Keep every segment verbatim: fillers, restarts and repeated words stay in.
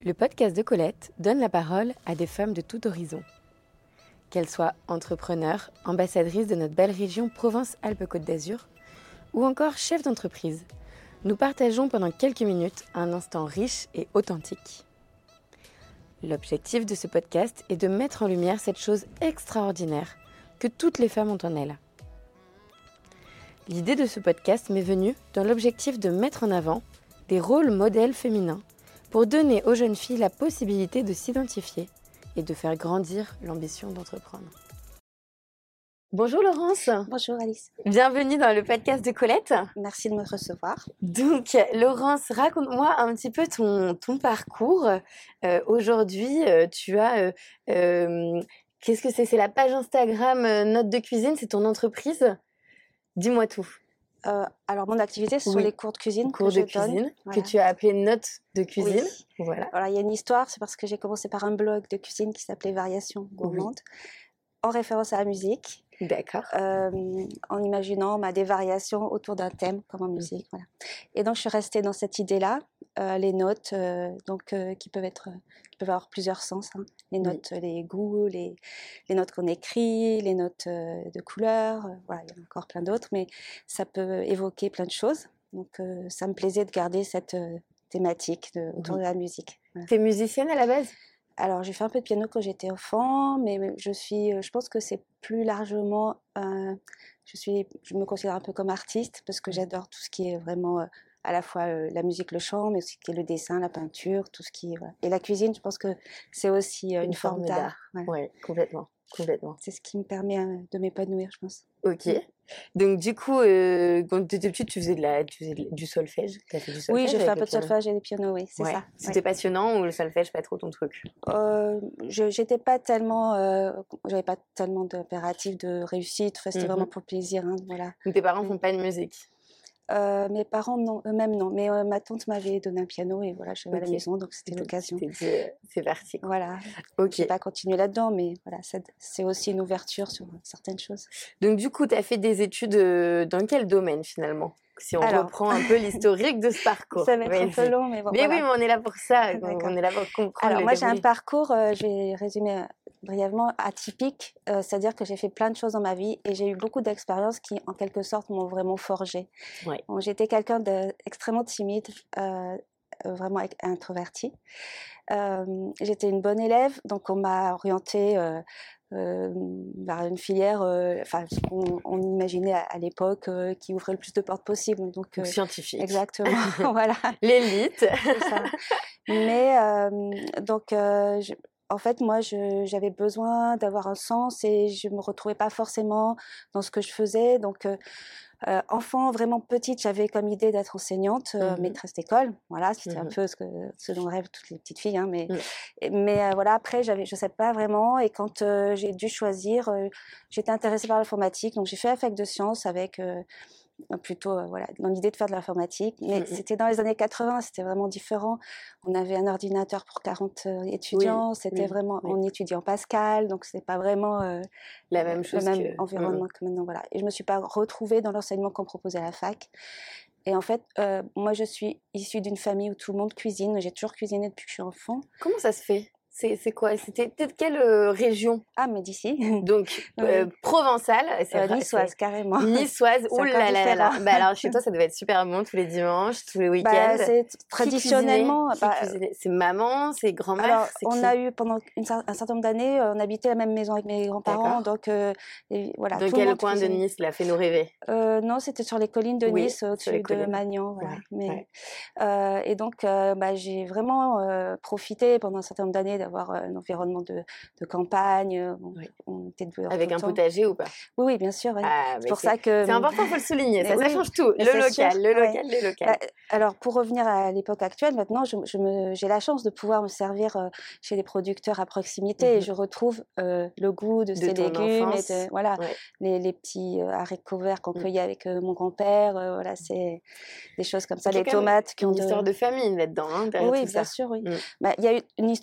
Le podcast de Colette donne la parole à des femmes de tout horizon. Qu'elles soient entrepreneurs, ambassadrices de notre belle région Provence-Alpes-Côte d'Azur, ou encore chefs d'entreprise, nous partageons pendant quelques minutes un instant riche et authentique. L'objectif de ce podcast est de mettre en lumière cette chose extraordinaire que toutes les femmes ont en elles. L'idée de ce podcast m'est venue dans l'objectif de mettre en avant des rôles modèles féminins pour donner aux jeunes filles la possibilité de s'identifier et de faire grandir l'ambition d'entreprendre. Bonjour Laurence. Bonjour Alice. Bienvenue dans le podcast de Colette. Merci de me recevoir. Donc Laurence, raconte-moi un petit peu ton, ton parcours. Euh, aujourd'hui, euh, tu as... Euh, euh, qu'est-ce que c'est ? C'est la page Instagram euh, Notes de cuisine, c'est ton entreprise ? Dis-moi tout. Euh, alors, mon activité, ce sont oui. les cours de cuisine cours que de je cuisine, donne. Voilà. Que tu as appelé Notes de cuisine. Oui. Voilà. Voilà, il y a une histoire, c'est parce que j'ai commencé par un blog de cuisine qui s'appelait Variations gourmandes, oui. en référence à la musique. D'accord. Euh, en imaginant bah, des variations autour d'un thème, comme en musique. Mmh. Voilà. Et donc, je suis restée dans cette idée-là. Euh, les notes, euh, donc, euh, qui, peuvent être, qui peuvent avoir plusieurs sens. Hein. Les notes, oui. les goûts, les, les notes qu'on écrit, les notes euh, de couleur. Euh, voilà, il y en a encore plein d'autres, mais ça peut évoquer plein de choses. Donc, euh, ça me plaisait de garder cette euh, thématique de, autour mmh. de la musique. Voilà. Tu es musicienne à la base ? Alors, j'ai fait un peu de piano quand j'étais enfant, mais je suis, je pense que c'est plus largement, euh, je suis, je me considère un peu comme artiste parce que j'adore tout ce qui est vraiment euh, à la fois euh, la musique, le chant, mais aussi ce qui est le dessin, la peinture, tout ce qui est, voilà. Et la cuisine, je pense que c'est aussi euh, une, une forme d'art. d'art. Oui, ouais, complètement, complètement. C'est ce qui me permet euh, de m'épanouir, je pense. Ok. Donc du coup, euh, quand tu étais petite, tu faisais, de la, tu faisais de, du solfège. T'as fait du solfège? Oui, j'ai fait un peu de solfège et du piano, oui, c'est ouais. ça. C'était ouais. passionnant ou le solfège pas trop ton truc? euh, je, J'étais pas tellement, euh, j'avais pas tellement d'impératif de réussite. Enfin, c'était mm-hmm. vraiment pour le plaisir, hein, voilà. Donc tes parents font mm. pas de musique? Euh, mes parents, non, eux-mêmes, non. Mais euh, ma tante m'avait donné un piano et voilà, j'avais okay. à la maison, donc c'était donc, l'occasion. Dit, euh, c'est parti. Quoi. Voilà. Ok. Je n'ai pas continué là-dedans, mais voilà, ça, c'est aussi une ouverture sur certaines choses. Donc du coup, tu as fait des études euh, dans quel domaine finalement ? Si on Alors, reprend un peu l'historique de ce parcours. Ça va être un peu long, mais bon. Mais voilà. oui, mais on est là pour ça. On est là pour comprendre. Alors le moi, déroulé. j'ai un parcours, euh, je vais résumer brièvement, atypique. Euh, c'est-à-dire que j'ai fait plein de choses dans ma vie et j'ai eu beaucoup d'expériences qui, en quelque sorte, m'ont vraiment forgée. Ouais. Bon, j'étais quelqu'un d'extrêmement timide, euh, vraiment introvertie. Euh, j'étais une bonne élève, donc on m'a orientée euh, euh, vers une filière, enfin, euh, on, on imaginait à, à l'époque euh, qui ouvrait le plus de portes possible. Donc, donc euh, scientifique. Exactement, voilà. L'élite. C'est ça. Mais euh, donc, euh, je, en fait, moi, je, j'avais besoin d'avoir un sens et je me retrouvais pas forcément dans ce que je faisais. Donc, euh, Euh, enfant, vraiment petite, j'avais comme idée d'être enseignante, euh, mmh. maîtresse d'école. Voilà, c'était mmh. un peu ce, que, ce dont rêvent toutes les petites filles. Hein, mais mmh. mais euh, voilà, après, j'avais, je ne sais pas vraiment. Et quand euh, j'ai dû choisir, euh, j'étais intéressée par l'informatique. Donc, j'ai fait la fac de sciences avec... Euh, plutôt euh, voilà, dans l'idée de faire de l'informatique. Mais mmh. c'était dans les années quatre-vingts, c'était vraiment différent. On avait un ordinateur pour quarante euh, étudiants. Oui, c'était oui, vraiment... Oui. On étudiait en Pascal, donc c'était pas vraiment... Euh, la même chose le même que... environnement mmh. que maintenant, voilà. Et je me suis pas retrouvée dans l'enseignement qu'on proposait à la fac. Et en fait, euh, moi, je suis issue d'une famille où tout le monde cuisine. J'ai toujours cuisiné depuis que je suis enfant. Comment ça se fait ? C'est, c'est quoi ? C'était peut-être quelle euh, région ? Ah, mais d'ici. Donc, euh, oui. Provençale. C'est euh, niçoise, c'est... carrément. Niçoise. Ouh là là là. Bah alors, chez toi, ça devait être super bon tous les dimanches, tous les week-ends. Bah, c'est traditionnellement. Qui bah, cuisinait C'est maman, c'est grand-mère. Alors, c'est on qui a eu pendant une, un certain nombre d'années, on habitait à la même maison avec mes grands-parents. Donc, euh, et, voilà. Dans tout quel le monde coin cuisine. de Nice l'a fait nous rêver ? euh, Non, c'était sur les collines de oui, Nice, au-dessus de Magnan. Voilà. Ouais, Mais, ouais. Euh, et donc, euh, bah, j'ai vraiment euh, profité pendant un certain nombre d'années d'avoir euh, un environnement de, de campagne. Bon, oui. on était dehors avec tout un le temps. potager ou pas ? Oui, oui, bien sûr. Ouais. Ah, c'est pour c'est, ça que c'est important, il faut le souligner. Ça, oui, ça change tout. Le local, sûr, le local, ouais. le local. Bah, alors, pour revenir à l'époque actuelle, maintenant, je, je me, j'ai la chance de pouvoir me servir euh, chez des producteurs à proximité mm-hmm. et je retrouve euh, le goût de, de ces légumes et de, voilà, ouais. les, les petits euh, haricots verts qu'on mm. cueillait avec euh, mon grand-père. Euh, voilà, c'est des choses comme ça. Les tomates qui ont une de... histoire de famille là-dedans. Hein, oui, tout bien ça. sûr, oui. Mm. Bah, y a eu une histoire de famille.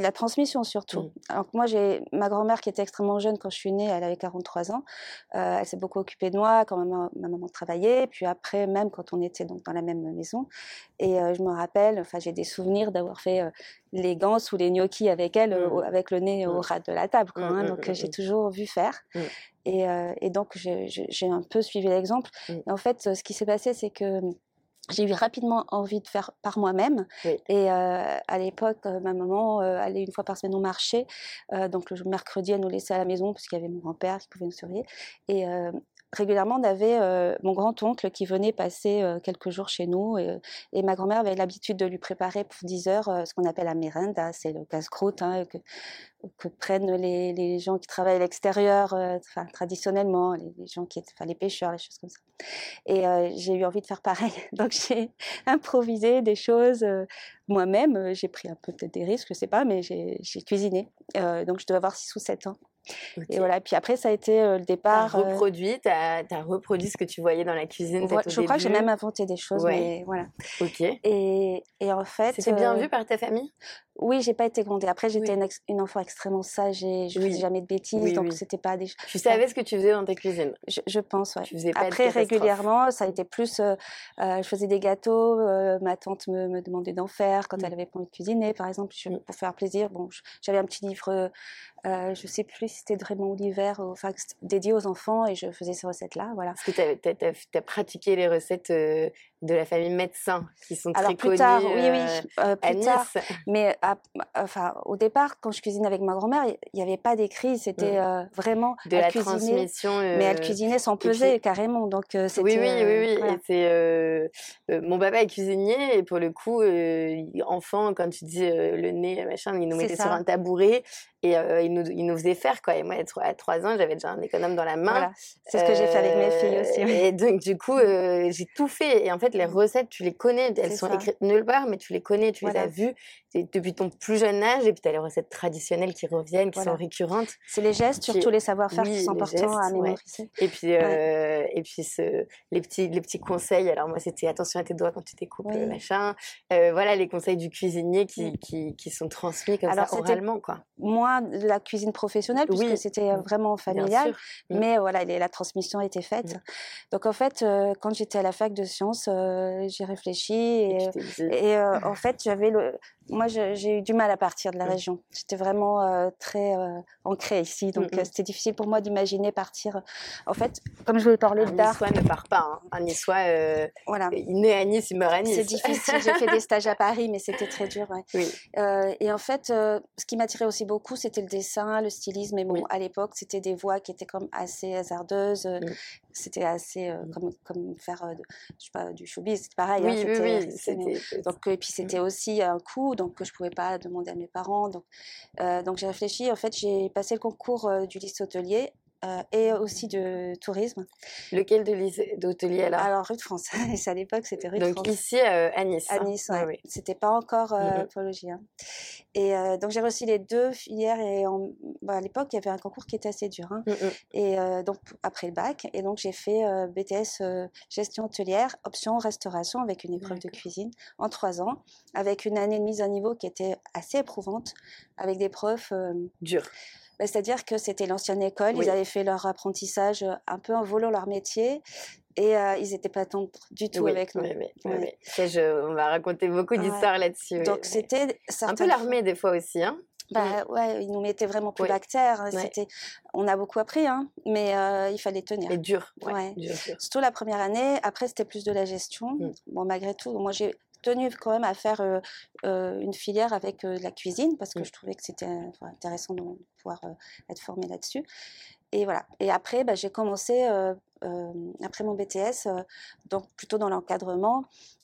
la transmission surtout. Mmh. Alors que moi, j'ai ma grand-mère qui était extrêmement jeune quand je suis née, elle avait quarante-trois ans. Euh, elle s'est beaucoup occupée de moi quand ma maman, ma maman travaillait, puis après, même quand on était donc dans la même maison. Et euh, je me rappelle, enfin, j'ai des souvenirs d'avoir fait euh, les ganses ou les gnocchis avec elle, euh, Mmh. avec le nez au Mmh. ras de la table, quoi, hein. Mmh, Donc, mmh, j'ai mmh. toujours vu faire. Mmh. Et, euh, et donc, j'ai, j'ai j'ai un peu suivi l'exemple. Mmh. Et en fait, ce qui s'est passé, c'est que j'ai eu rapidement envie de faire par moi-même. Oui. Et euh, à l'époque, euh, ma maman euh, allait une fois par semaine au marché. Euh, donc le mercredi, elle nous laissait à la maison parce qu'il y avait mon grand-père qui pouvait nous surveiller. Et euh, régulièrement, on avait euh, mon grand-oncle qui venait passer euh, quelques jours chez nous. Et, et ma grand-mère avait l'habitude de lui préparer pour dix heures euh, ce qu'on appelle la merenda. C'est le casse-croûte hein, que, que prennent les, les gens qui travaillent à l'extérieur, euh, enfin, traditionnellement, les, les gens qui, enfin, les pêcheurs, les choses comme ça. Et euh, j'ai eu envie de faire pareil. Donc j'ai improvisé des choses euh, moi-même. J'ai pris un peu peut-être des risques, je sais pas, mais j'ai, j'ai cuisiné. Euh, donc je devais avoir six ou sept ans. Okay. Et voilà. Puis après, ça a été euh, le départ. T'as reproduit, t'as, t'as reproduit ce que tu voyais dans la cuisine. Voilà, Au je début. crois que j'ai même inventé des choses, ouais. mais voilà. Ok. Et, et en fait. C'était bien euh, vu par ta famille? Oui, j'ai pas été grondée. Après, j'étais oui. une, ex- une enfant extrêmement sage et je oui. faisais jamais de bêtises, oui, donc oui. c'était pas des. Tu savais ce que tu faisais dans ta cuisine? Je, je pense, ouais. Tu faisais pas Après, de catastrophe. régulièrement, ça a été plus. Euh, euh, je faisais des gâteaux. Euh, ma tante me, me demandait d'en faire quand mmh. elle avait pas envie de cuisiner, par exemple, je, mmh. pour faire plaisir. Bon, je, j'avais un petit livre. Euh, je sais plus si c'était de Raymond Oliver, enfin dédié aux enfants, et je faisais ces recettes-là, voilà. Est-ce que tu as pratiqué les recettes euh, de la famille médecin qui sont Alors très plus connues tard, oui, euh, oui, euh, plus à Nice. tard. Mais à, enfin, au départ, quand je cuisinais avec ma grand-mère, il n'y avait pas d'écrit. C'était mmh. euh, vraiment de elle la cuisinait, transmission. Euh... mais elle cuisinait sans peser puis... carrément. Donc euh, c'était. Oui, oui, euh, oui, oui. Voilà. Et c'est euh, euh, mon papa est cuisinier et pour le coup, euh, enfant, quand tu dis euh, le nez, machin, il nous c'est mettait ça. sur un tabouret et euh, il, nous, il nous faisait faire quoi. Et moi, à trois ans, j'avais déjà un économe dans la main. Voilà. C'est ce que euh... j'ai fait avec mes filles aussi. Oui. Et donc du coup, euh, j'ai tout fait. Et en fait, les recettes, tu les connais. Elles c'est sont ça. Écrites nulle part, mais tu les connais, tu voilà. les as vues depuis ton plus jeune âge. Et puis tu as les recettes traditionnelles qui reviennent, qui voilà. sont récurrentes. C'est les gestes, puis, surtout les savoir-faire oui, qui sont importants à mémoriser. Ouais. Et puis, euh, ouais. et puis ce, les petits, les petits conseils. Alors moi, c'était attention à tes doigts quand tu découpes, oui. machin. Euh, voilà, les conseils du cuisinier qui, oui. qui, qui sont transmis comme Alors, ça oralement, quoi. Moins de la cuisine professionnelle, puisque oui. c'était vraiment familial. Mais mmh. voilà, la transmission a été faite. Mmh. Donc en fait, euh, quand j'étais à la fac de sciences, euh, j'ai réfléchi et, et, et euh, en fait, j'avais le. Moi, j'ai eu du mal à partir de la mmh. région. J'étais vraiment euh, très euh, ancrée ici, donc mmh. euh, c'était difficile pour moi d'imaginer partir. En fait, comme je voulais parler d'art. Un Niçois ne part pas. Hein. Un Niçois, euh, voilà. il naît à Nice, il meurt à Nice. C'est difficile. J'ai fait des stages à Paris, mais c'était très dur. Ouais. Oui. Euh, et en fait, euh, ce qui m'attirait aussi beaucoup, c'était le dessin, le stylisme. Mais bon, oui. à l'époque, c'était des voies qui étaient comme assez hasardeuses. Oui. C'était assez euh, comme comme faire, euh, je sais pas, du showbiz. C'était pareil. Oui, hein, c'était, oui, oui. C'était, c'était... Donc et puis c'était aussi un coût, donc que je pouvais pas demander à mes parents. Donc euh, donc j'ai réfléchi. En fait, j'ai passé le concours euh, du lycée hôtelier. Euh, et aussi de tourisme. Lequel de lycée d'hôtelier alors? Alors rue de France. à l'époque c'était rue donc, de France. Donc ici euh, à Nice. À Nice, ouais. Oui, oui. C'était pas encore euh, mm-hmm. Pologie. Hein. Et euh, donc j'ai reçu les deux filières et en... bah, à l'époque il y avait un concours qui était assez dur. Hein. Mm-hmm. Et euh, donc après le bac, et donc j'ai fait euh, B T S euh, gestion hôtelière, option restauration avec une épreuve D'accord. de cuisine en trois ans, avec une année de mise à niveau qui était assez éprouvante, avec des profs euh, durs. Bah, c'est-à-dire que c'était l'ancienne école, oui. Ils avaient fait leur apprentissage un peu en volant leur métier et euh, ils n'étaient pas tendres du tout oui, avec nous. Oui, oui, ouais. oui. Ça, je, on va raconter beaucoup d'histoires ouais. là-dessus. Donc oui, c'était un peu l'armée des fois aussi, hein. Bah ouais, ils nous mettaient vraiment plus oui. bactères. Hein. Ouais. C'était, on a beaucoup appris, hein, mais euh, il fallait tenir. Mais dur, ouais. ouais. dur, dur. Surtout la première année. Après, c'était plus de la gestion. Mm. Bon, malgré tout, moi j'ai tenu quand même à faire euh, euh, une filière avec euh, de la cuisine parce que mmh. je trouvais que c'était enfin, intéressant de pouvoir euh, être formée là-dessus. Et voilà. Et après, bah, j'ai commencé, euh, euh, après mon B T S, euh, donc plutôt dans l'encadrement,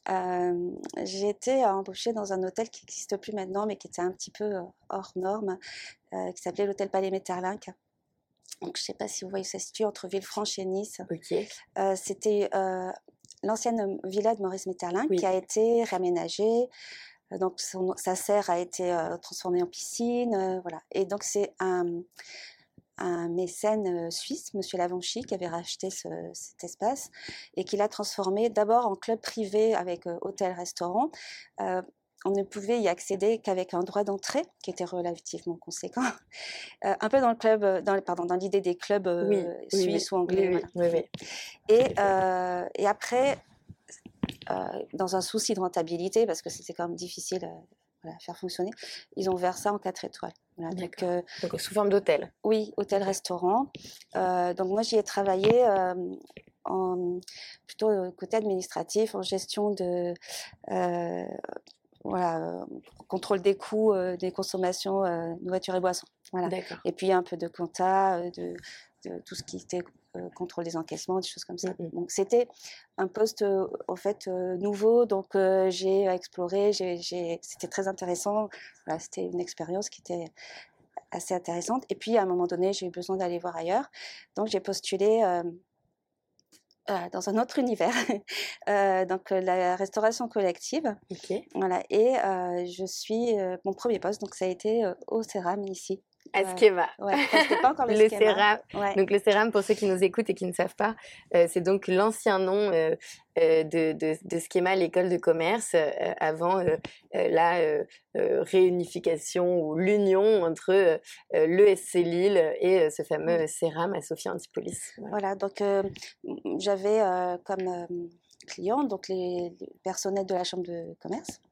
euh, j'ai été embauchée dans un hôtel qui n'existe plus maintenant, mais qui était un petit peu hors norme, euh, qui s'appelait l'hôtel Palais Metterlinck. Donc, je ne sais pas si vous voyez, ça se situe entre Villefranche et Nice. Okay. Euh, c'était euh, l'ancienne villa de Maurice Metterlinck oui. qui a été réaménagée. Donc, son, sa serre a été euh, transformée en piscine. Euh, voilà. Et donc, c'est un, un mécène suisse, M. Lavanchy, qui avait racheté ce, cet espace et qui l'a transformé d'abord en club privé avec euh, hôtel-restaurant. Euh, on ne pouvait y accéder qu'avec un droit d'entrée qui était relativement conséquent, euh, un peu dans le club, dans, pardon, dans l'idée des clubs euh, Oui, oui, oui, suisses ou anglais. oui, oui, Voilà. oui, oui. Et, euh, et après, euh, dans un souci de rentabilité, parce que c'était quand même difficile à voilà, faire fonctionner, ils ont ouvert ça en quatre étoiles. Voilà, donc, euh, donc sous forme d'hôtel. Oui, hôtel-restaurant. Euh, donc moi, j'y ai travaillé euh, en, plutôt euh, côté administratif, en gestion de... Euh, voilà, euh, contrôle des coûts, euh, des consommations, euh, nourriture et boissons. Voilà. Et puis un peu de compta, euh, de, de tout ce qui était euh, contrôle des encaissements, des choses comme ça. Mm-hmm. Donc c'était un poste euh, en fait euh, nouveau, donc euh, j'ai exploré, j'ai, j'ai... c'était très intéressant. Voilà, c'était une expérience qui était assez intéressante. Et puis à un moment donné, j'ai eu besoin d'aller voir ailleurs, donc j'ai postulé. Euh, Euh, dans un autre univers, euh, donc euh, la restauration collective. Okay. Voilà, et euh, je suis euh, mon premier poste, donc ça a été euh, au Céram ici. À Schema. Euh, ouais, c'était pas encore le, le Schema. Céram. Ouais. Donc le Céram, pour ceux qui nous écoutent et qui ne savent pas, euh, c'est donc l'ancien nom euh, euh, de, de, de Schema, l'école de commerce, euh, avant euh, euh, la euh, euh, réunification ou l'union entre euh, l'E S C Lille et euh, ce fameux Céram à Sophia Antipolis. Voilà, voilà donc euh, j'avais euh, comme euh, clients donc les, les personnels de la chambre de commerce,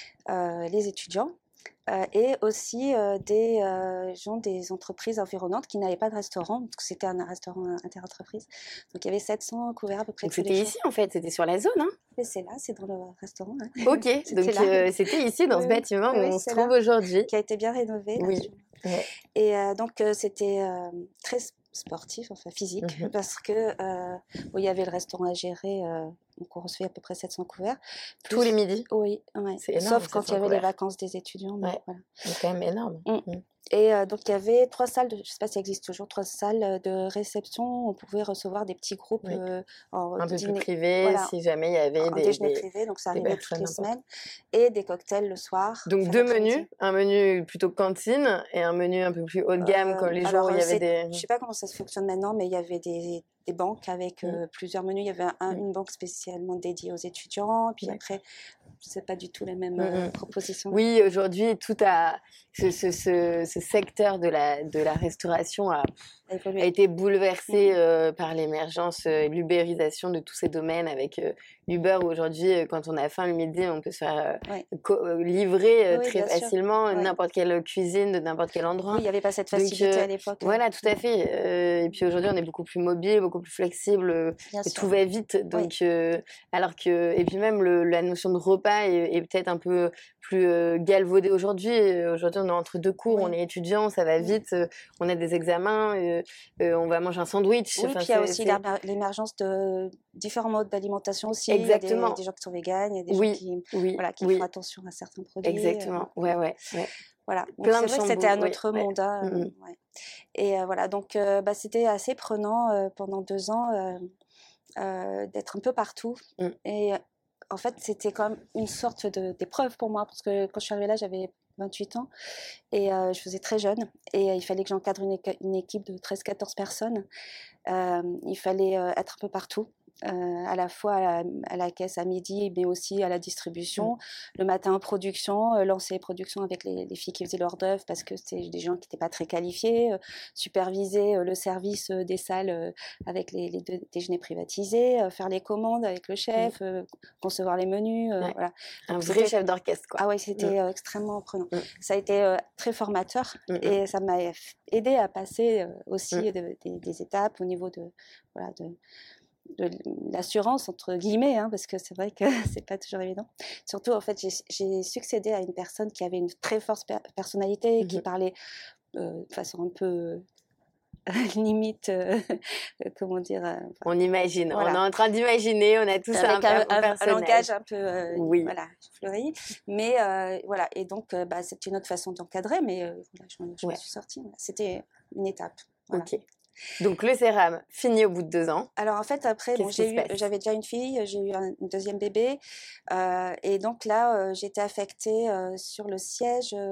euh, les étudiants. Euh, et aussi euh, des euh, gens des entreprises environnantes qui n'avaient pas de restaurant, parce que c'était un restaurant interentreprise. Donc il y avait sept cents couverts à peu près. Donc c'était ici en fait, c'était sur la zone, hein? Et c'est là, c'est dans le restaurant. Hein. Ok, donc euh, c'était ici dans oui, ce bâtiment oui, où on se trouve aujourd'hui. Qui a été bien rénové. Oui. Ouais. Et euh, donc euh, c'était euh, très sportif, enfin physique, mm-hmm. parce que euh, où il y avait le restaurant à gérer, euh, donc on recevait à peu près sept cents couverts. Plus, tous les midis. Oui, ouais. C'est énorme. Sauf quand il y avait couverts. Les vacances des étudiants. Ouais. Mais voilà. C'est quand même énorme. Mm. Mm. Et euh, donc il y avait trois salles, de, je ne sais pas si ça existe toujours, trois salles de réception. On pouvait recevoir des petits groupes oui. euh, en un peu dîner, plus privés, voilà, si jamais il y avait un des déjeuner des, privé, donc ça arrivait toutes les n'importe. semaines, et des cocktails le soir. Donc deux menus, un menu plutôt cantine et un menu un peu plus haut de gamme, euh, comme les alors, jours où il y avait des. Je ne sais pas comment ça se fonctionne maintenant, mais il y avait des des banques avec euh, mmh. plusieurs menus. Il y avait un, mmh. une banque spécialement dédiée aux étudiants, puis mmh. après, c'est pas du tout les mêmes mmh. euh, propositions. Oui, aujourd'hui, tout a ce, ce, ce, ce secteur de la de la restauration a, a été bouleversé mmh. euh, par l'émergence et euh, l'ubérisation de tous ces domaines avec euh, Uber. Aujourd'hui, euh, quand on a faim le midi, on peut se faire euh, ouais. co- livrer euh, oui, très facilement ouais. n'importe quelle cuisine de n'importe quel endroit. Oui, il n'y avait pas cette facilité Donc, euh, à l'époque. Voilà, tout à fait. Euh, et puis aujourd'hui, on est beaucoup plus mobile, beaucoup plus flexible. Bien et sûr. Tout va vite. Donc, oui. euh, alors que et puis même le, la notion de repas est, est peut-être un peu plus euh, galvaudée aujourd'hui. Aujourd'hui, on est entre deux cours, oui. on est étudiant, ça va vite. Euh, on a des examens, euh, euh, on va manger un sandwich. Oui, enfin, puis il y a aussi l'émergence de différents modes d'alimentation aussi. Exactement. Il y a des, des gens qui sont véganes, il y a des oui. gens qui, oui. voilà, qui oui. font attention à certains produits. Exactement. Euh, ouais, ouais. ouais. Voilà, c'est vrai que c'était un autre oui, monde. Ouais. Hein, mm-hmm. ouais. Et euh, voilà, donc euh, bah, c'était assez prenant euh, pendant deux ans euh, euh, d'être un peu partout. Mm. Et en fait, c'était quand même une sorte de, d'épreuve pour moi, parce que quand je suis arrivée là, j'avais vingt-huit ans et euh, je faisais très jeune. Et euh, il fallait que j'encadre une, éca- une équipe de treize quatorze personnes. Euh, il fallait euh, être un peu partout. Euh, à la fois à la, à la caisse à midi, mais aussi à la distribution. Mmh. Le matin en production, euh, lancer les productions avec les, les filles qui faisaient l'hors d'œuvre parce que c'était des gens qui n'étaient pas très qualifiés. Euh, superviser euh, le service euh, des salles euh, avec les, les deux déjeuners privatisés, euh, faire les commandes avec le chef, mmh. euh, concevoir les menus. Euh, ouais. Voilà. Donc, un vrai chef d'orchestre, quoi. Ah ouais, c'était mmh. euh, extrêmement prenant. Mmh. Ça a été euh, très formateur mmh. et ça m'a aidé à passer euh, aussi mmh. de, de, des étapes au niveau de... Voilà, de de l'assurance entre guillemets hein, parce que c'est vrai que c'est pas toujours évident. Surtout en fait j'ai, j'ai succédé à une personne qui avait une très forte per- personnalité, mmh. qui parlait euh, de façon un peu euh, limite euh, comment dire euh, enfin, on imagine, voilà. On est en train d'imaginer, on a tous avec un, un, un, un, un langage un peu euh, oui. voilà, fleuri, mais euh, voilà et donc euh, bah, c'est une autre façon d'encadrer mais euh, voilà, je, je ouais. me suis sortie, voilà. C'était une étape. Voilà. Ok. Donc le Céram fini au bout de deux ans. Alors en fait après bon, j'ai eu, j'avais déjà une fille, j'ai eu un deuxième bébé euh, et donc là euh, j'étais affectée euh, sur le siège euh,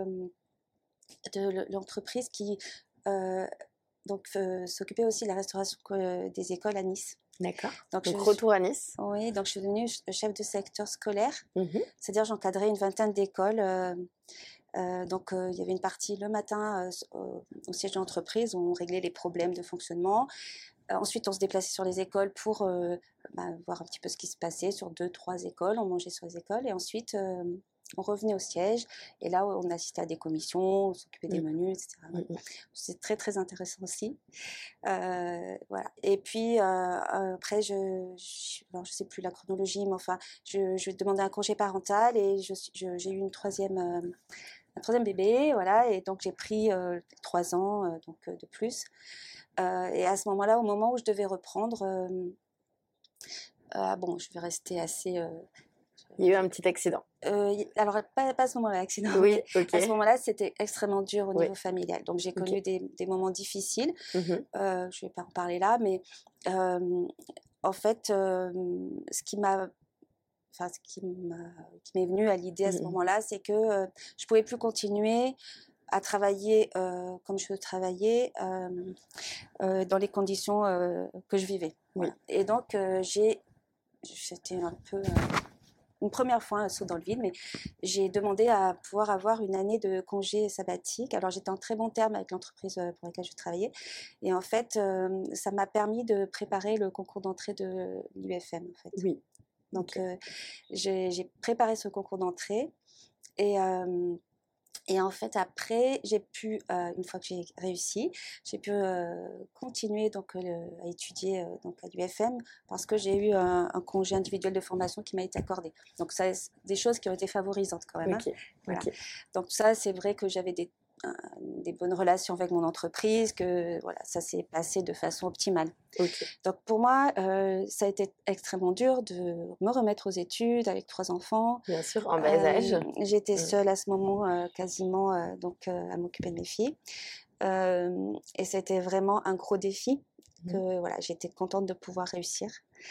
de l'entreprise qui euh, donc euh, s'occupait aussi de la restauration des écoles à Nice. D'accord. Donc, Donc je, retour à Nice. Oui, donc je suis devenue chef de secteur scolaire. Mmh. C'est-à-dire j'encadrais une vingtaine d'écoles. Euh, euh, donc euh, il y avait une partie le matin euh, au siège de l'entreprise où on réglait les problèmes de fonctionnement. Euh, ensuite, on se déplaçait sur les écoles pour euh, bah, voir un petit peu ce qui se passait sur deux, trois écoles. On mangeait sur les écoles et ensuite euh, on revenait au siège. Et là, on assistait à des commissions, on s'occupait des Mmh. menus, et cetera. Mmh. C'est très très intéressant aussi. Euh, voilà. Et puis euh, après, je, je, alors je sais plus la chronologie, mais enfin, je, je demandais un congé parental et je, je, j'ai eu une troisième, euh, un troisième bébé, voilà. Et donc j'ai pris euh, trois ans euh, donc euh, de plus. Euh, et à ce moment-là, au moment où je devais reprendre, euh, euh, bon, je vais rester assez. Euh, Il y a eu un petit accident. Euh, alors, pas, pas à ce moment-là, accident, Oui, mais ok. à ce moment-là, c'était extrêmement dur au Oui. niveau familial. Donc, j'ai connu Ok. des, des moments difficiles. Mmh. Euh, je ne vais pas en parler là, mais euh, en fait, euh, ce qui m'a. Enfin, ce qui, m'a, qui m'est venu à l'idée à ce Mmh. moment-là, c'est que euh, je ne pouvais plus continuer à travailler euh, comme je travaillais euh, euh, dans les conditions euh, que je vivais. Oui. Voilà. Et donc, euh, j'ai, j'étais un peu... Euh, une première fois un saut dans le vide, mais j'ai demandé à pouvoir avoir une année de congé sabbatique. Alors j'étais en très bon terme avec l'entreprise pour laquelle je travaillais, et en fait, euh, ça m'a permis de préparer le concours d'entrée de l'U F M. En fait. Oui. Donc Okay. euh, j'ai, j'ai préparé ce concours d'entrée, et euh, Et en fait, après, j'ai pu, euh, une fois que j'ai réussi, j'ai pu euh, continuer donc, euh, à étudier euh, donc, à l'U F M parce que j'ai eu un, un congé individuel de formation qui m'a été accordé. Donc, ça, c'est des choses qui ont été favorisantes quand même. Okay. Hein. Voilà. Okay. Donc, ça, c'est vrai que j'avais des, euh, des bonnes relations avec mon entreprise, que voilà, ça s'est passé de façon optimale. Okay. Donc, pour moi, euh, ça a été extrêmement dur de me remettre aux études avec trois enfants. Bien sûr, en bas âge. Euh, j'étais Mmh. seule à ce moment, euh, quasiment, euh, donc, euh, à m'occuper de mes filles. Euh, et c'était vraiment un gros défi que Mmh. voilà, j'étais contente de pouvoir réussir.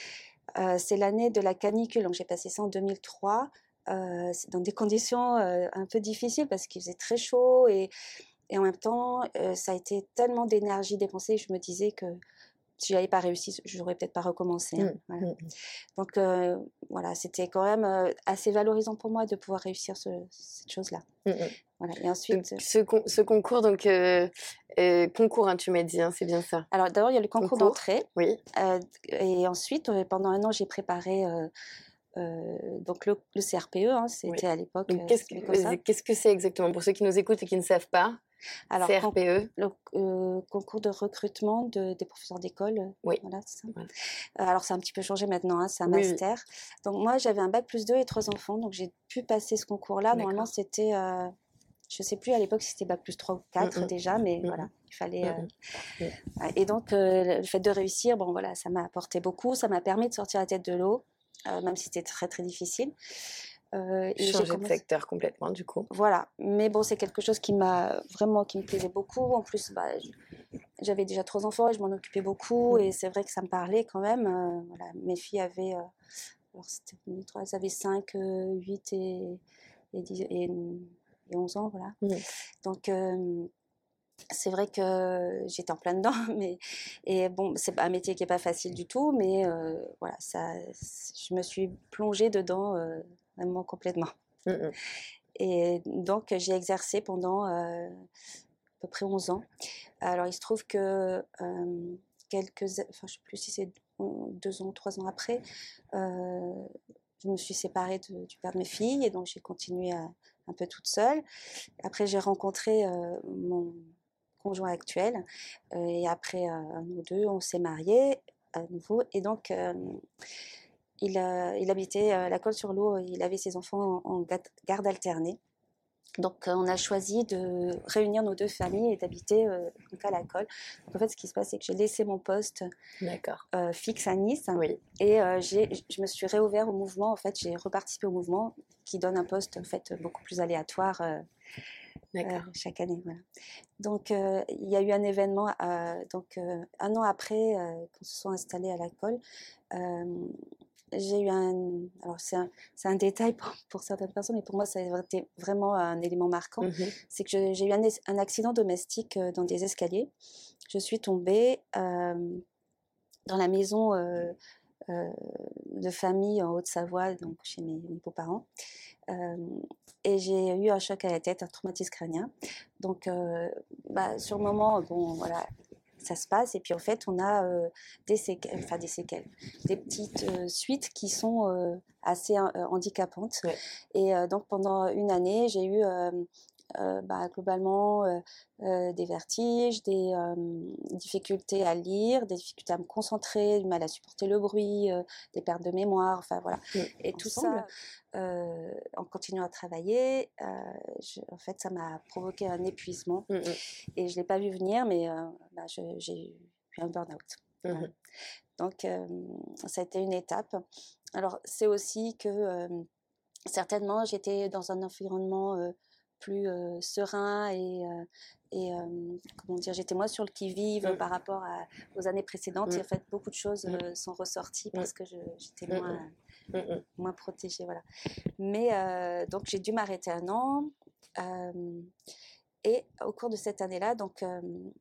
Euh, c'est l'année de la canicule, donc j'ai passé ça en deux mille trois, euh, dans des conditions euh, un peu difficiles parce qu'il faisait très chaud et, et en même temps, euh, ça a été tellement d'énergie dépensée que je me disais que si j'avais pas réussi, je n'aurais peut-être pas recommencé. Hein, Mmh. voilà. Mmh. Donc euh, voilà, c'était quand même euh, assez valorisant pour moi de pouvoir réussir ce, cette chose-là. Mmh. Voilà. Et Donc, ensuite, ce, con- ce concours, donc euh, euh, concours, hein, tu m'as dit, hein, c'est bien ça. alors d'abord il y a le concours, Concours. d'entrée, Oui. euh, et ensuite euh, pendant un an j'ai préparé euh, euh, donc le, le C R P E, hein, c'était Oui. à l'époque. Donc, Euh, qu'est-ce c'était que, comme ça. vas-y, qu'est-ce que c'est exactement pour ceux qui nous écoutent et qui ne savent pas? Alors con- C R P E. le euh, concours de recrutement de, des professeurs d'école. euh, Oui. Voilà, c'est ça. Voilà. Euh, alors, ça a un petit peu changé maintenant, hein, c'est un Oui, oui. master. Donc, moi, j'avais un bac plus deux et trois enfants, donc j'ai pu passer ce concours-là. Normalement, D'accord. c'était, euh, je sais plus à l'époque si c'était bac plus trois ou quatre Mm, mm. déjà, mais Mm, voilà, il fallait. mm, euh, mm, ouais. Et donc, euh, le fait de réussir, bon, voilà, ça m'a apporté beaucoup, ça m'a permis de sortir la tête de l'eau, euh, même si c'était très, très difficile. Euh, et j'ai Changer de commencé. secteur complètement, du coup. Voilà, mais bon, c'est quelque chose qui m'a vraiment, qui me plaisait beaucoup. En plus, bah, j'avais déjà trois enfants et je m'en occupais beaucoup, Mm. et c'est vrai que ça me parlait quand même. Euh, voilà, mes filles avaient, euh, alors c'était trois, elles avaient cinq, huit et, et, dix, et, et onze ans, voilà. Mm. Donc euh, c'est vrai que j'étais en plein dedans, mais et bon, c'est un métier qui est pas facile du tout, mais euh, voilà, ça, je me suis plongée dedans euh, vraiment complètement. Mm, mm. Et donc j'ai exercé pendant euh, à peu près onze ans. Alors il se trouve que euh, quelques, enfin je sais plus si c'est deux ans, trois ans après, euh, je me suis séparée de, du père de mes filles, et donc j'ai continué à, un peu toute seule. Après j'ai rencontré euh, mon conjoint actuel, euh, et après euh, un ou deux, on s'est mariés à nouveau, et donc euh, il, euh, il habitait à la Colle-sur-Loue, il avait ses enfants en, en garde alternée. Donc, euh, on a choisi de réunir nos deux familles et d'habiter euh, donc à la Colle. Donc, en fait, ce qui se passe, c'est que j'ai laissé mon poste D'accord. euh, fixe à Nice, Oui. et euh, j'ai, je me suis réouvert au mouvement. En fait, j'ai reparticipé au mouvement qui donne un poste en fait beaucoup plus aléatoire euh, euh, chaque année. Voilà. Donc, euh, il y a eu un événement. Euh, donc, euh, un an après euh, qu'on se soit installés à la Colle, euh, j'ai eu un. Alors, c'est un, c'est un détail pour, pour certaines personnes, mais pour moi, ça a été vraiment un élément marquant. Mm-hmm. C'est que je, j'ai eu un, un accident domestique dans des escaliers. Je suis tombée. Euh, dans la maison euh, euh, de famille en Haute-Savoie, donc chez mes, mes beaux-parents. Euh, et j'ai eu un choc à la tête, un traumatisme crânien. Donc, euh, bah, sur le moment, bon, voilà, ça se passe. Et puis, en fait, on a euh, des séquelles, enfin des séquelles, des petites euh, suites qui sont euh, assez euh, handicapantes. Ouais. Et euh, donc, pendant une année, j'ai eu euh, euh, bah, globalement euh, euh, des vertiges, des euh, difficultés à lire, des difficultés à me concentrer, du mal à supporter le bruit, euh, des pertes de mémoire, enfin voilà. Mmh. Et tout Ensemble. ça, euh, en continuant à travailler, euh, je, en fait, ça m'a provoqué un épuisement. Mmh. Et je ne l'ai pas vu venir, mais euh, bah, je, j'ai eu un burn-out. Mmh. Voilà. Donc, euh, ça a été une étape. Alors, c'est aussi que euh, certainement, j'étais dans un environnement euh, plus euh, serein et, euh, et euh, comment dire, j'étais moins sur le qui-vive Mmh. par rapport à, aux années précédentes. Mmh. Et en fait, beaucoup de choses Mmh. euh, sont ressorties Mmh. parce que je, j'étais Mmh. moins, Mmh. moins protégée. Voilà. Mais euh, donc, j'ai dû m'arrêter un an. Euh, et au cours de cette année-là, donc, euh,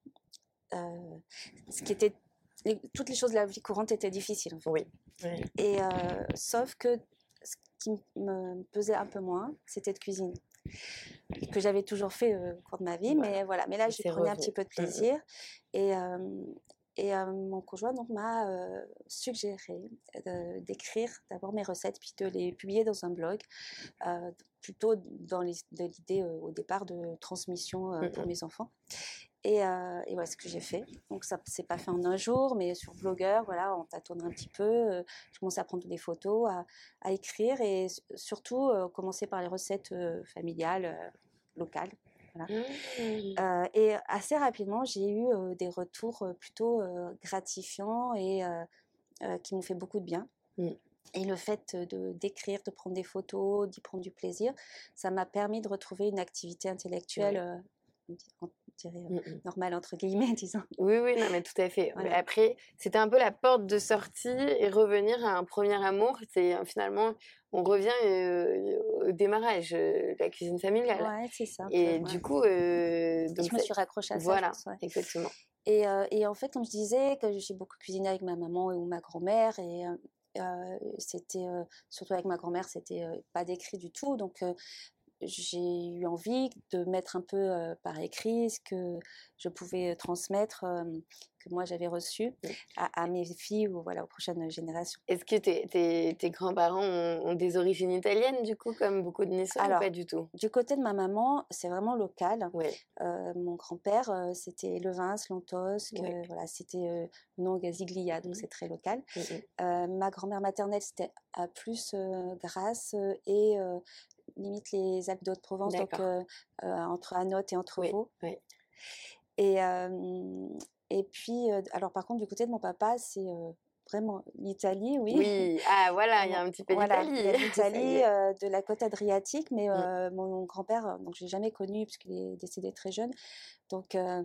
euh, ce qui était, les, toutes les choses de la vie courante étaient difficiles. En fait. Oui. Oui. Et euh, sauf que ce qui me pesait un peu moins, c'était de cuisiner, que j'avais toujours fait euh, au cours de ma vie, Voilà. mais voilà. Mais là, Et j'y c'est prenais un revenu. petit peu de Mmh. plaisir. Et euh, et euh, mon conjoint donc m'a euh, suggéré euh, d'écrire d'abord mes recettes, puis de les publier dans un blog, euh, plutôt dans les, de l'idée euh, au départ de transmission euh, pour Mmh. mes enfants. Et, euh, et voilà ce que j'ai fait. Donc ça s'est pas fait en un jour, mais sur Blogueur, voilà, on tâtonne un petit peu. Euh, je commençais à prendre des photos, à, à écrire et surtout euh, commencer par les recettes euh, familiales, euh, locales. Voilà. Mmh. Euh, et assez rapidement, j'ai eu euh, des retours euh, plutôt euh, gratifiants et euh, euh, qui m'ont fait beaucoup de bien. Mmh. Et le fait de, d'écrire, de prendre des photos, d'y prendre du plaisir, ça m'a permis de retrouver une activité intellectuelle, Ouais. euh, on dirait euh, Mmh. normale, entre guillemets, disons. Oui, oui, non, mais tout à fait. Voilà. Après, c'était un peu la porte de sortie et revenir à un premier amour. C'est euh, finalement, on revient euh, au démarrage, euh, la cuisine familiale. Ouais, c'est ça un peu. Et Ouais. du coup, euh, Et donc je me c'est- suis raccrochée à ça, je voilà, pense. Ouais. exactement. Et, euh, et en fait, comme je disais, que j'ai beaucoup cuisiné avec ma maman ou ma grand-mère, et euh, euh, c'était euh, surtout avec ma grand-mère, c'était euh, pas décrit du tout. Donc, euh, j'ai eu envie de mettre un peu euh, par écrit ce que je pouvais transmettre, euh, que moi j'avais reçu à, à mes filles ou voilà, aux prochaines générations. Est-ce que tes, tes, tes grands-parents ont, ont des origines italiennes, du coup, comme beaucoup de Niçois, ou Alors, pas du tout? du côté de ma maman, c'est vraiment local. Oui. Euh, mon grand-père, euh, c'était Levins, Lantosque, Oui. euh, voilà, c'était euh, le nom Gaziglia, donc Mmh. c'est très local. Mmh. Euh, ma grand-mère maternelle, c'était à plus euh, Grasse euh, et euh, limite les Alpes d'Haute-Provence, donc D'accord. euh, euh, entre Anote et Oui, Entrevaux. oui. Et, euh, et puis, euh, alors par contre, du côté de mon papa, c'est euh, vraiment l'Italie, oui. Oui, ah voilà, il y a Bon, un petit peu voilà, il y d'Italie. a de Ça y l'Italie, est. euh, de la côte adriatique, mais Mmh. euh, mon grand-père, euh, donc je l'ai jamais connu puisqu'il est décédé très jeune. Donc, euh,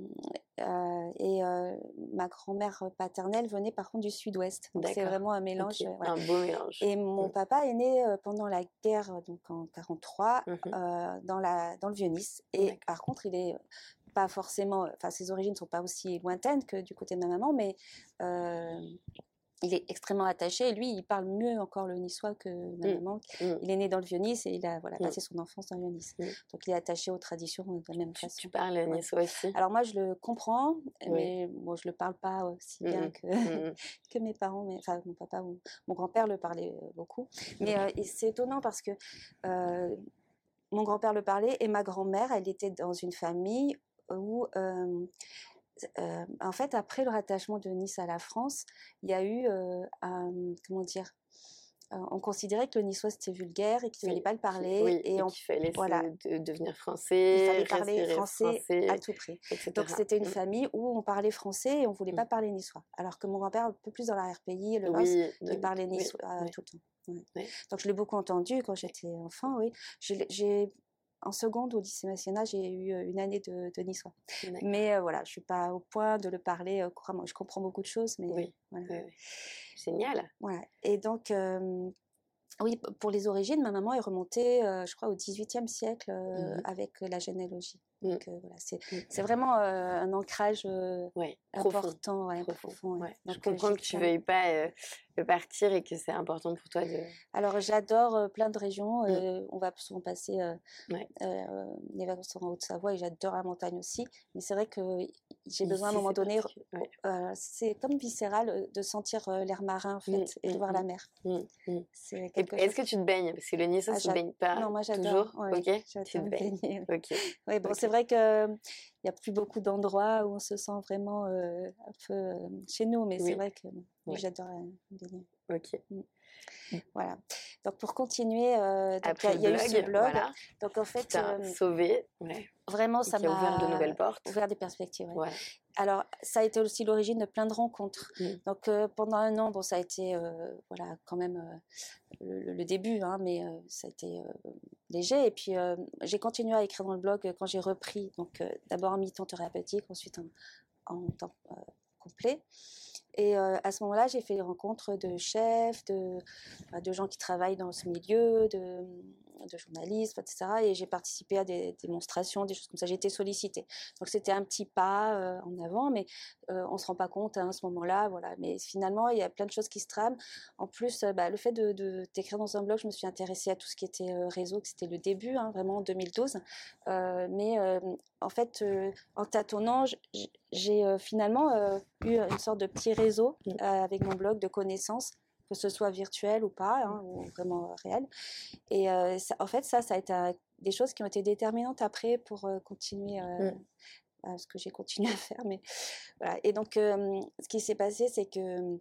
euh, et euh, ma grand-mère paternelle venait par contre du sud-ouest. Donc c'est D'accord. vraiment un mélange. Ok, euh, voilà. un beau mélange. Et mon Mmh. papa est né euh, pendant la guerre, donc en quarante-trois, Mhm. euh, dans la dans le Vieux-Nice. Et D'accord. par contre, il est pas forcément, enfin ses origines ne sont pas aussi lointaines que du côté de ma maman, mais euh, il est extrêmement attaché. Et lui, il parle mieux encore le niçois que ma Mmh. maman. Mmh. Il est né dans le Vieux-Nice et il a voilà, Mmh. passé son enfance dans le Vieux-Nice. Mmh. Donc il est attaché aux traditions de la même Tu, façon. tu parles Ouais. niçois aussi? Alors moi, je le comprends, Oui. mais bon, je le parle pas aussi bien Mhm. que, Mhm. que mes parents, mais enfin mon papa ou mon grand-père le parlait euh, beaucoup. Mais euh, et c'est étonnant parce que euh, mon grand-père le parlait et ma grand-mère, elle était dans une famille où euh, euh, en fait, après le rattachement de Nice à la France, il y a eu euh, un, comment dire, euh, on considérait que le niçois c'était vulgaire et qu'il Oui, fallait pas le qui- parler oui, et et on, qu'il fallait voilà, se, de- devenir il français, fallait parler respirer français à français, tout prix. Donc et cetera. c'était une Mm. famille où on parlait français et on voulait Mm. pas parler niçois. Alors que mon grand-père, un peu plus dans l'arrière-pays, le Vins, Oui, il donc, parlait oui, niçois euh, oui, tout le temps. Ouais. oui, Donc je l'ai beaucoup entendu quand j'étais enfant, oui. Je l'ai- j'ai en seconde au lycée national, j'ai eu euh, une année de, de niçois. d'accord. Mais euh, voilà, je suis pas au point de le parler euh, couramment. Je comprends beaucoup de choses, mais Oui, voilà. oui, oui. Génial. Voilà. Et donc, euh, Oui, pour les origines, ma maman est remontée, euh, je crois, au dix-huitième siècle euh, Mhm. avec la généalogie. Mm. Donc euh, voilà, c'est Mm. c'est vraiment euh, un ancrage euh, Ouais, important, ouais, profond. profond. Ouais. Ouais. Je Donc, euh, comprends j'y que tu tiens. veuilles pas euh, partir et que c'est important pour toi de. Alors j'adore euh, plein de régions. Mm. euh, on va souvent passer euh, Ouais. euh, les vacances en Haute-Savoie et j'adore la montagne aussi. Mais c'est vrai que j'ai besoin à un Ici, moment c'est donné, particulier. Ouais. euh, c'est comme viscéral euh, de sentir euh, l'air marin en fait Mm, et de mm, voir mm, la mer. mm, mm. C'est Et quelque est-ce chose que qui... tu te baignes? Parce que le Niçois Ah, se j'a- baigne pas non, moi j'adore. toujours. Ouais, Ok, tu j'adore te me baignes. baigner. Ok, Oui, bon, ok. c'est vrai que il y a plus beaucoup d'endroits où on se sent vraiment euh, un peu euh, chez nous, mais c'est Oui, vrai que oui, ouais. j'adore euh, me baigner. Ok. Mm. Voilà. Donc pour continuer, euh, donc il y, Après a- le il y a eu ce blog, blog. voilà, Donc en qui fait, t'a euh, sauvé, ouais, vraiment, et ça qui a ouvert de m'a nouvelles portes. ouvert des perspectives. Ouais. Ouais. Alors, ça a été aussi l'origine de plein de rencontres. Mm. Donc, euh, pendant un an, bon, ça a été, euh, voilà, quand même euh, le, le début, hein, mais euh, ça a été euh, léger. Et puis, euh, j'ai continué à écrire dans le blog quand j'ai repris. Donc, euh, d'abord en mi-temps thérapeutique, ensuite en, en temps euh, complet. Et euh, à ce moment-là, j'ai fait des rencontres de chefs, de, de gens qui travaillent dans ce milieu, de, de journalistes, et cetera. Et j'ai participé à des démonstrations, des choses comme ça. J'ai été sollicitée. Donc c'était un petit pas euh, en avant, mais euh, on se rend pas compte hein, à ce moment-là. Voilà. Mais finalement, il y a plein de choses qui se trament. En plus, euh, bah, le fait de, de t'écrire dans un blog, je me suis intéressée à tout ce qui était euh, réseau, que c'était le début, hein, vraiment en deux mille douze. Euh, mais euh, en fait, euh, en tâtonnant, j'ai euh, finalement euh, eu une sorte de petit réseau euh, avec mon blog de connaissances, que ce soit virtuel ou pas, hein, ou vraiment réel. Et euh, ça, en fait, ça, ça a été euh, des choses qui ont été déterminantes après pour euh, continuer euh, Mm. à ce que j'ai continué à faire. Mais voilà. Et donc, euh, ce qui s'est passé, c'est que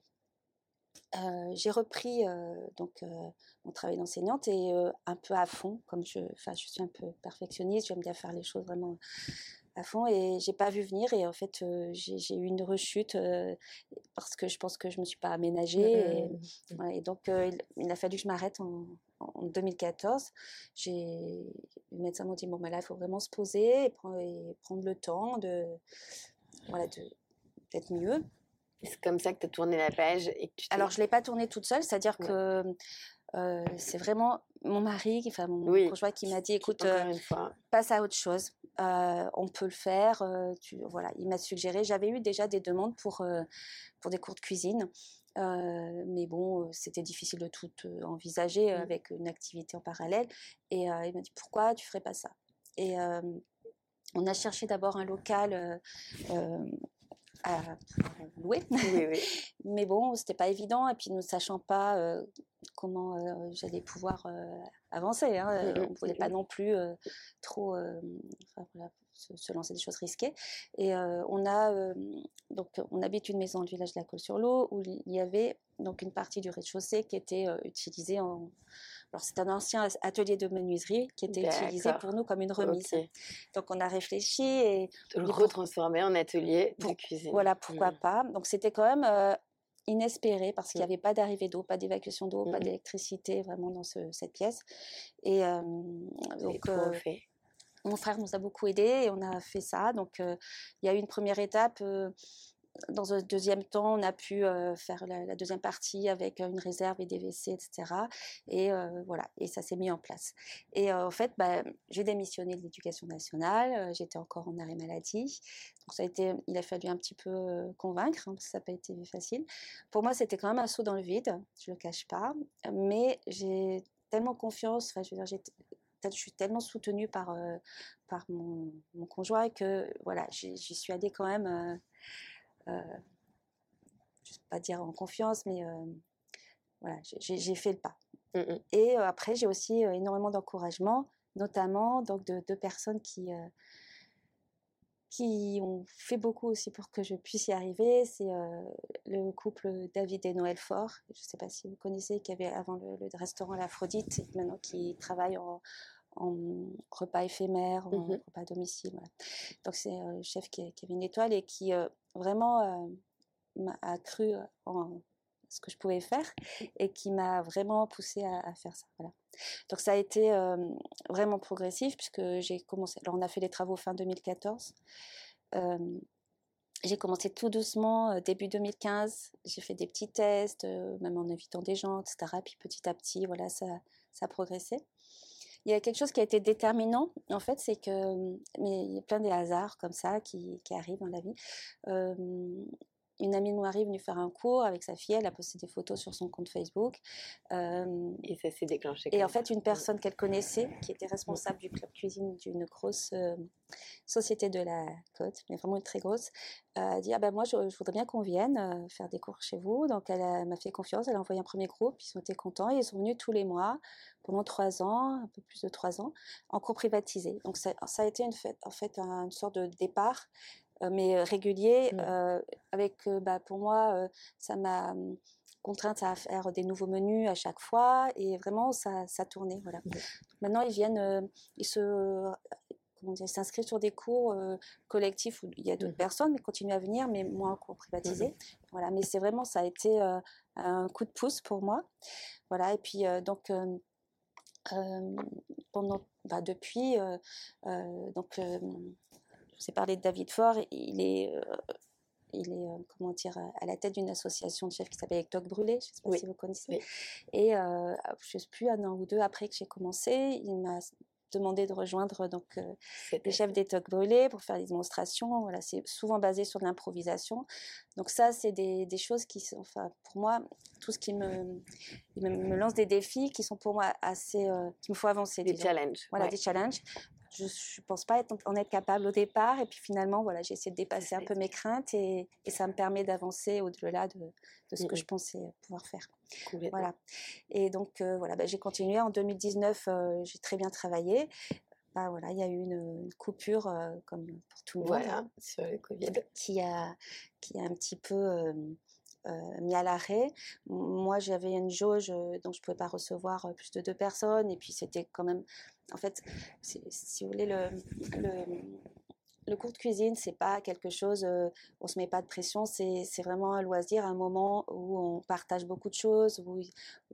euh, j'ai repris euh, donc euh, mon travail d'enseignante et euh, un peu à fond, comme je, enfin, je suis un peu perfectionniste, j'aime bien faire les choses vraiment à fond et j'ai pas vu venir et en fait euh, j'ai, j'ai eu une rechute euh, parce que je pense que je me suis pas aménagée et, Mm, mm, mm. voilà, et donc euh, il, il a fallu que je m'arrête en, en deux mille quatorze. J'ai, le médecin m'a dit bon ben là il faut vraiment se poser et prendre, et prendre le temps de voilà de, d'être mieux. C'est comme ça que tu as tourné la page et que tu t'es. Alors je l'ai pas tournée toute seule, c'est-à-dire Ouais. que euh, c'est vraiment mon mari, enfin mon Oui. conjoint qui m'a dit écoute Qui, encore euh, une fois. passe à autre chose. Euh, on peut le faire. Euh, tu, voilà, il m'a suggéré. J'avais eu déjà des demandes pour euh, pour des cours de cuisine, euh, mais bon, euh, c'était difficile de tout euh, envisager euh, Mm. avec une activité en parallèle. Et euh, il m'a dit pourquoi tu ferais pas ça. Et euh, on a cherché d'abord un local euh, euh, à louer, Oui, oui. mais bon, c'était pas évident. Et puis ne sachant pas euh, comment euh, j'allais pouvoir euh, avancer, hein, Mm, euh, mm, on voulait mm, pas mm. non plus euh, trop, euh, enfin, voilà, se, se lancer des choses risquées. Et euh, on a euh, donc on habite une maison dans le village de la Colle-sur-Lot où il y avait donc une partie du rez-de-chaussée qui était euh, utilisée en alors c'est un ancien atelier de menuiserie qui était utilisé D'accord. pour nous comme une remise. Ok. Donc on a réfléchi et De le et pour- retransformer en atelier de pour- cuisine. voilà, pourquoi Mm, pas. Donc c'était quand même euh, inespéré parce qu'il n'y mm, avait pas d'arrivée d'eau, pas d'évacuation d'eau, mm, pas mm. d'électricité vraiment dans ce- cette pièce. Et euh, Vous avez donc tout euh, refait. mon frère nous a beaucoup aidés et on a fait ça. Donc euh, il y a eu une première étape. Euh, dans un deuxième temps, on a pu euh, faire la, la deuxième partie avec une réserve et des W C, et cetera. Et euh, voilà, et ça s'est mis en place. Et euh, en fait, bah, j'ai démissionné de l'Éducation nationale. Euh, j'étais encore en arrêt maladie, donc ça a été, il a fallu un petit peu euh, convaincre, hein, parce que ça n'a pas été facile. Pour moi, c'était quand même un saut dans le vide, je le cache pas. Mais j'ai tellement confiance. Enfin, je veux dire, j'ai je suis tellement soutenue par, euh, par mon, mon conjoint que voilà, j'y, j'y suis allée quand même. Euh, euh, je ne vais pas dire en confiance, mais euh, voilà, j'ai, j'ai fait le pas. Mm, mm. Et euh, après, j'ai aussi euh, énormément d'encouragement, notamment donc, de deux personnes qui, euh, qui ont fait beaucoup aussi pour que je puisse y arriver. C'est euh, le couple David et Noël Faure, je ne sais pas si vous connaissez, qui avait avant le, le restaurant L'Aphrodite, et maintenant qui travaille en, en repas éphémères, en Mhm. repas à domicile. Voilà. Donc c'est euh, le chef qui, qui avait une étoile et qui euh, vraiment euh, m'a a cru en ce que je pouvais faire et qui m'a vraiment poussée à, à faire ça. Voilà. Donc ça a été euh, vraiment progressif puisque j'ai commencé. Alors on a fait les travaux fin deux mille quatorze. Euh, j'ai commencé tout doucement, euh, début deux mille quinze. J'ai fait des petits tests, euh, même en invitant des gens, et cetera. Puis petit à petit, voilà, ça, ça a progressé. Il y a quelque chose qui a été déterminant, en fait, c'est que, mais il y a plein de hasards comme ça qui, qui arrivent dans la vie. Euh, une amie de moi est venue faire un cours avec sa fille, elle a posté des photos sur son compte Facebook. Euh, Et ça s'est déclenché et comme en fait, ça. une personne qu'elle connaissait, qui était responsable du club cuisine d'une grosse euh, société de la côte, mais vraiment une très grosse, euh, a dit ah ben moi je, je voudrais bien qu'on vienne euh, faire des cours chez vous. Donc elle a- m'a fait confiance, elle a envoyé un premier groupe, ils ont été contents et ils sont venus tous les mois pendant trois ans, un peu plus de trois ans, en cours privatisé. Donc ça, ça a été une, fête, en fait un- une sorte de départ, euh, mais régulier, Mm. euh, avec euh, bah, pour moi euh, ça m'a hum, contrainte à faire des nouveaux menus à chaque fois et vraiment ça, ça tournait. Voilà. Mm. Maintenant ils viennent, euh, ils se comment dire, s'inscrivent sur des cours euh, collectifs où il y a d'autres Mhm. personnes, mais continuent à venir, mais moins en cours privatisés. Mhm. Voilà, mais c'est vraiment, ça a été euh, un coup de pouce pour moi. Voilà, et puis euh, donc euh, euh, pendant, bah, depuis, euh, euh, donc euh, je vous ai parlé de David Faure, il est euh, il est, euh, comment dire, à la tête d'une association de chefs qui s'appelle Toc Brûlé, je ne sais pas Oui. si vous connaissez. Oui. Et euh, je ne sais plus, un an ou deux après que j'ai commencé, il m'a demandé de rejoindre donc, euh, les chefs des Tocs Brûlés pour faire des démonstrations. Voilà, c'est souvent basé sur de l'improvisation. Donc ça, c'est des, des choses qui sont, enfin, pour moi, tout ce qui me, me, me lance des défis qui sont pour moi assez, euh, qui me faut avancer. Des disons. challenges. Voilà, Ouais. des challenges. Je ne pense pas être, en être capable au départ. Et puis finalement, voilà, j'ai essayé de dépasser un peu mes craintes et, et ça me permet d'avancer au-delà de, de ce que Mm-hmm. je pensais pouvoir faire. Complètement. Voilà. Et donc, euh, voilà, bah, j'ai continué. En deux mille dix-neuf, euh, j'ai très bien travaillé. Bah, voilà, il y a eu une, une coupure, euh, comme pour tout le monde. Voilà, sur le Covid. Qui a, qui a un petit peu euh, euh, mis à l'arrêt. Moi, j'avais une jauge, euh, donc je ne pouvais pas recevoir plus de deux personnes. Et puis, c'était quand même... En fait, si vous voulez, le... le le cours de cuisine, c'est pas quelque chose, euh, on se met pas de pression, c'est, c'est vraiment un loisir, un moment où on partage beaucoup de choses, où,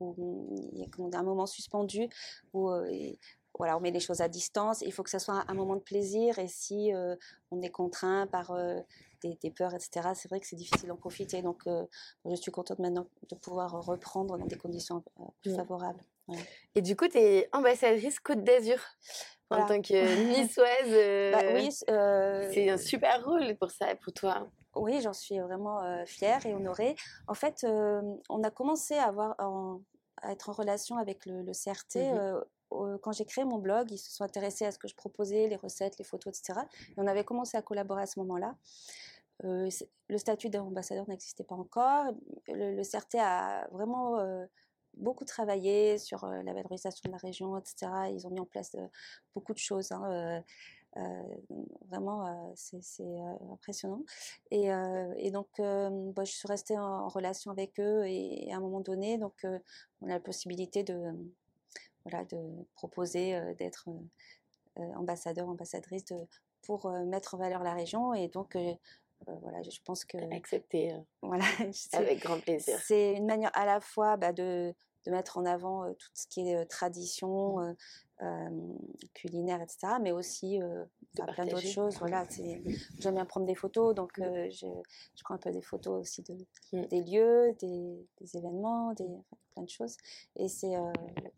où il y a comment dire, un moment suspendu, où euh, et, voilà, on met les choses à distance. Il faut que ça soit un, un moment de plaisir. Et si euh, on est contraint par euh, des, des peurs, et cetera, c'est vrai que c'est difficile d'en profiter. Donc, euh, je suis contente maintenant de pouvoir reprendre dans des conditions euh, plus mmh. favorables. Voilà. Et du coup, tu es ambassadrice Côte d'Azur. Voilà. En tant que niçoise, euh, bah, oui, euh, c'est un super rôle pour ça, pour toi. Oui, j'en suis vraiment euh, fière et honorée. En fait, euh, on a commencé à, avoir, en, à être en relation avec le, le C R T. Mm-hmm. euh, euh, quand j'ai créé mon blog, ils se sont intéressés à ce que je proposais, les recettes, les photos, et cetera. Et on avait commencé à collaborer à ce moment-là. Euh, le statut d'ambassadeur n'existait pas encore. Le, le C R T a vraiment... Euh, beaucoup travaillé sur euh, la valorisation de la région, et cetera. Ils ont mis en place euh, beaucoup de choses. Hein, euh, euh, vraiment, euh, c'est, c'est euh, impressionnant. Et, euh, et donc, euh, bah, je suis restée en, en relation avec eux et, et à un moment donné, donc, euh, on a la possibilité de, voilà, de proposer euh, d'être euh, ambassadeur, ambassadrice de, pour euh, mettre en valeur la région. Et donc, euh, euh, voilà, je pense que... Accepter. Euh, voilà, avec grand plaisir. C'est une manière à la fois bah, de, de mettre en avant euh, tout ce qui est euh, tradition, euh, euh, culinaire, et cetera, mais aussi euh, de plein d'autres choses. Voilà, c'est, j'aime bien prendre des photos, donc euh, je, je prends un peu des photos aussi de, mm. des lieux, des, des événements, des, enfin, plein de choses. Et c'est, euh,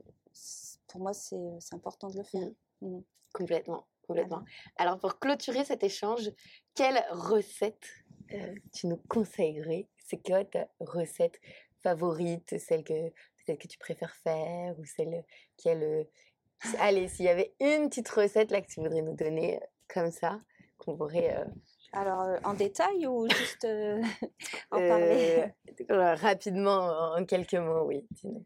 c'est pour moi, c'est, c'est important de le faire. Mm. Mm. Complètement. Complètement. Voilà. Alors, pour clôturer cet échange, quelle recette euh, tu nous conseillerais? C'est quoi ta recette favorite, celle que peut-être que tu préfères faire ou celle qui a le... Allez, s'il y avait une petite recette là que tu voudrais nous donner comme ça, qu'on pourrait... Euh... Alors, euh, en détail ou juste euh, en euh, parler rapidement, en quelques mots, oui.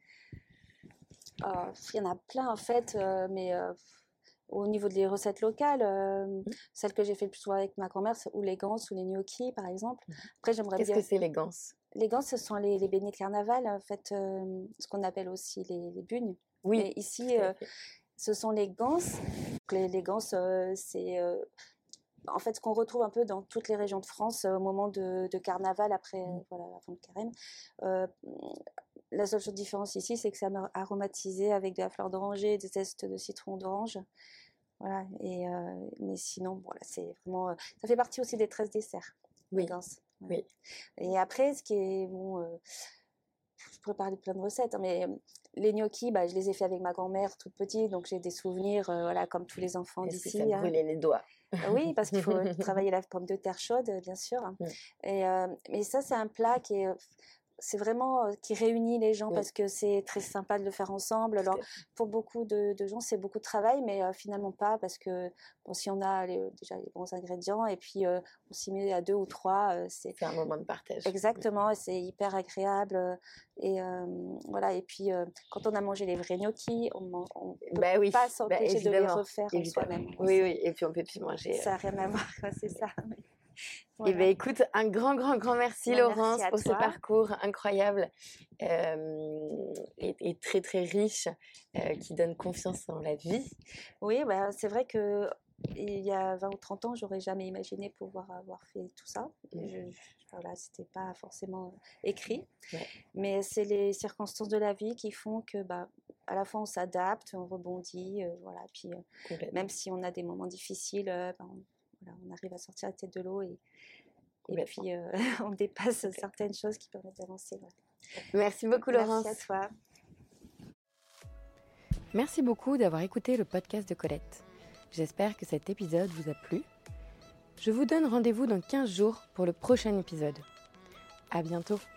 Oh, il y en a plein en fait, euh, mais... Euh, au niveau des recettes locales, euh, mmh. celles que j'ai fait le plus souvent avec ma grand-mère, c'est ou les ganses ou les gnocchis, par exemple. Après, j'aimerais Qu'est-ce bien... que c'est les ganses? Les ganses, ce sont les, les beignets de carnaval, en fait, euh, ce qu'on appelle aussi les, les bugnes. Oui. Mais ici, euh, ce sont les ganses. Les, les ganses, euh, c'est euh, en fait ce qu'on retrouve un peu dans toutes les régions de France euh, au moment de, de carnaval, après, mmh. voilà, avant le carême. Euh, la seule chose différence ici, c'est que c'est aromatisé avec de la fleur d'oranger et des zestes de citron d'orange. Voilà, et euh, mais sinon, bon, là, c'est vraiment, euh, ça fait partie aussi des treize desserts. oui. danse. Oui. Et après, ce qui est bon, euh, je pourrais parler de plein de recettes, hein, mais les gnocchis, bah, je les ai fait avec ma grand-mère toute petite, donc j'ai des souvenirs, euh, voilà, comme tous les enfants Est-ce d'ici. que ça brûlait hein. les doigts? Oui, parce qu'il faut travailler la pomme de terre chaude, bien sûr. Mm. Et euh, mais ça, c'est un plat qui est c'est vraiment euh, qui réunit les gens oui. parce que c'est très sympa de le faire ensemble. Alors pour beaucoup de, de gens, c'est beaucoup de travail, mais euh, finalement pas parce que bon, si on a les, déjà les bons ingrédients et puis euh, on s'y met à deux ou trois, euh, c'est c'est un moment de partage. Exactement, oui. C'est hyper agréable et euh, voilà. Et puis euh, quand on a mangé les vrais gnocchis, on ne peut bah oui. pas s'empêcher bah, de les refaire en soi-même. Oui, oui. Et puis on peut plus manger. Ça n'a rien à voir, quoi, c'est ça. Voilà. Eh bien, écoute, un grand, grand, grand merci, bah, Laurence, merci pour toi. ce parcours incroyable euh, et, et très, très riche, euh, qui donne confiance en la vie. Oui, bah, c'est vrai que il y a vingt ou trente ans, j'aurais jamais imaginé pouvoir avoir fait tout ça. Mmh. Je, je, voilà, c'était pas forcément écrit, ouais. mais c'est les circonstances de la vie qui font que, bah, à la fois on s'adapte, on rebondit, euh, voilà. Puis euh, même si on a des moments difficiles, euh, bah, on, voilà, on arrive à sortir la tête de l'eau et et puis euh, on dépasse okay. certaines choses qui permettent d'avancer. Ouais. Merci beaucoup, Laurence. Merci à toi. Merci beaucoup d'avoir écouté le podcast de Colette. J'espère que cet épisode vous a plu. Je vous donne rendez-vous dans quinze jours pour le prochain épisode. À bientôt.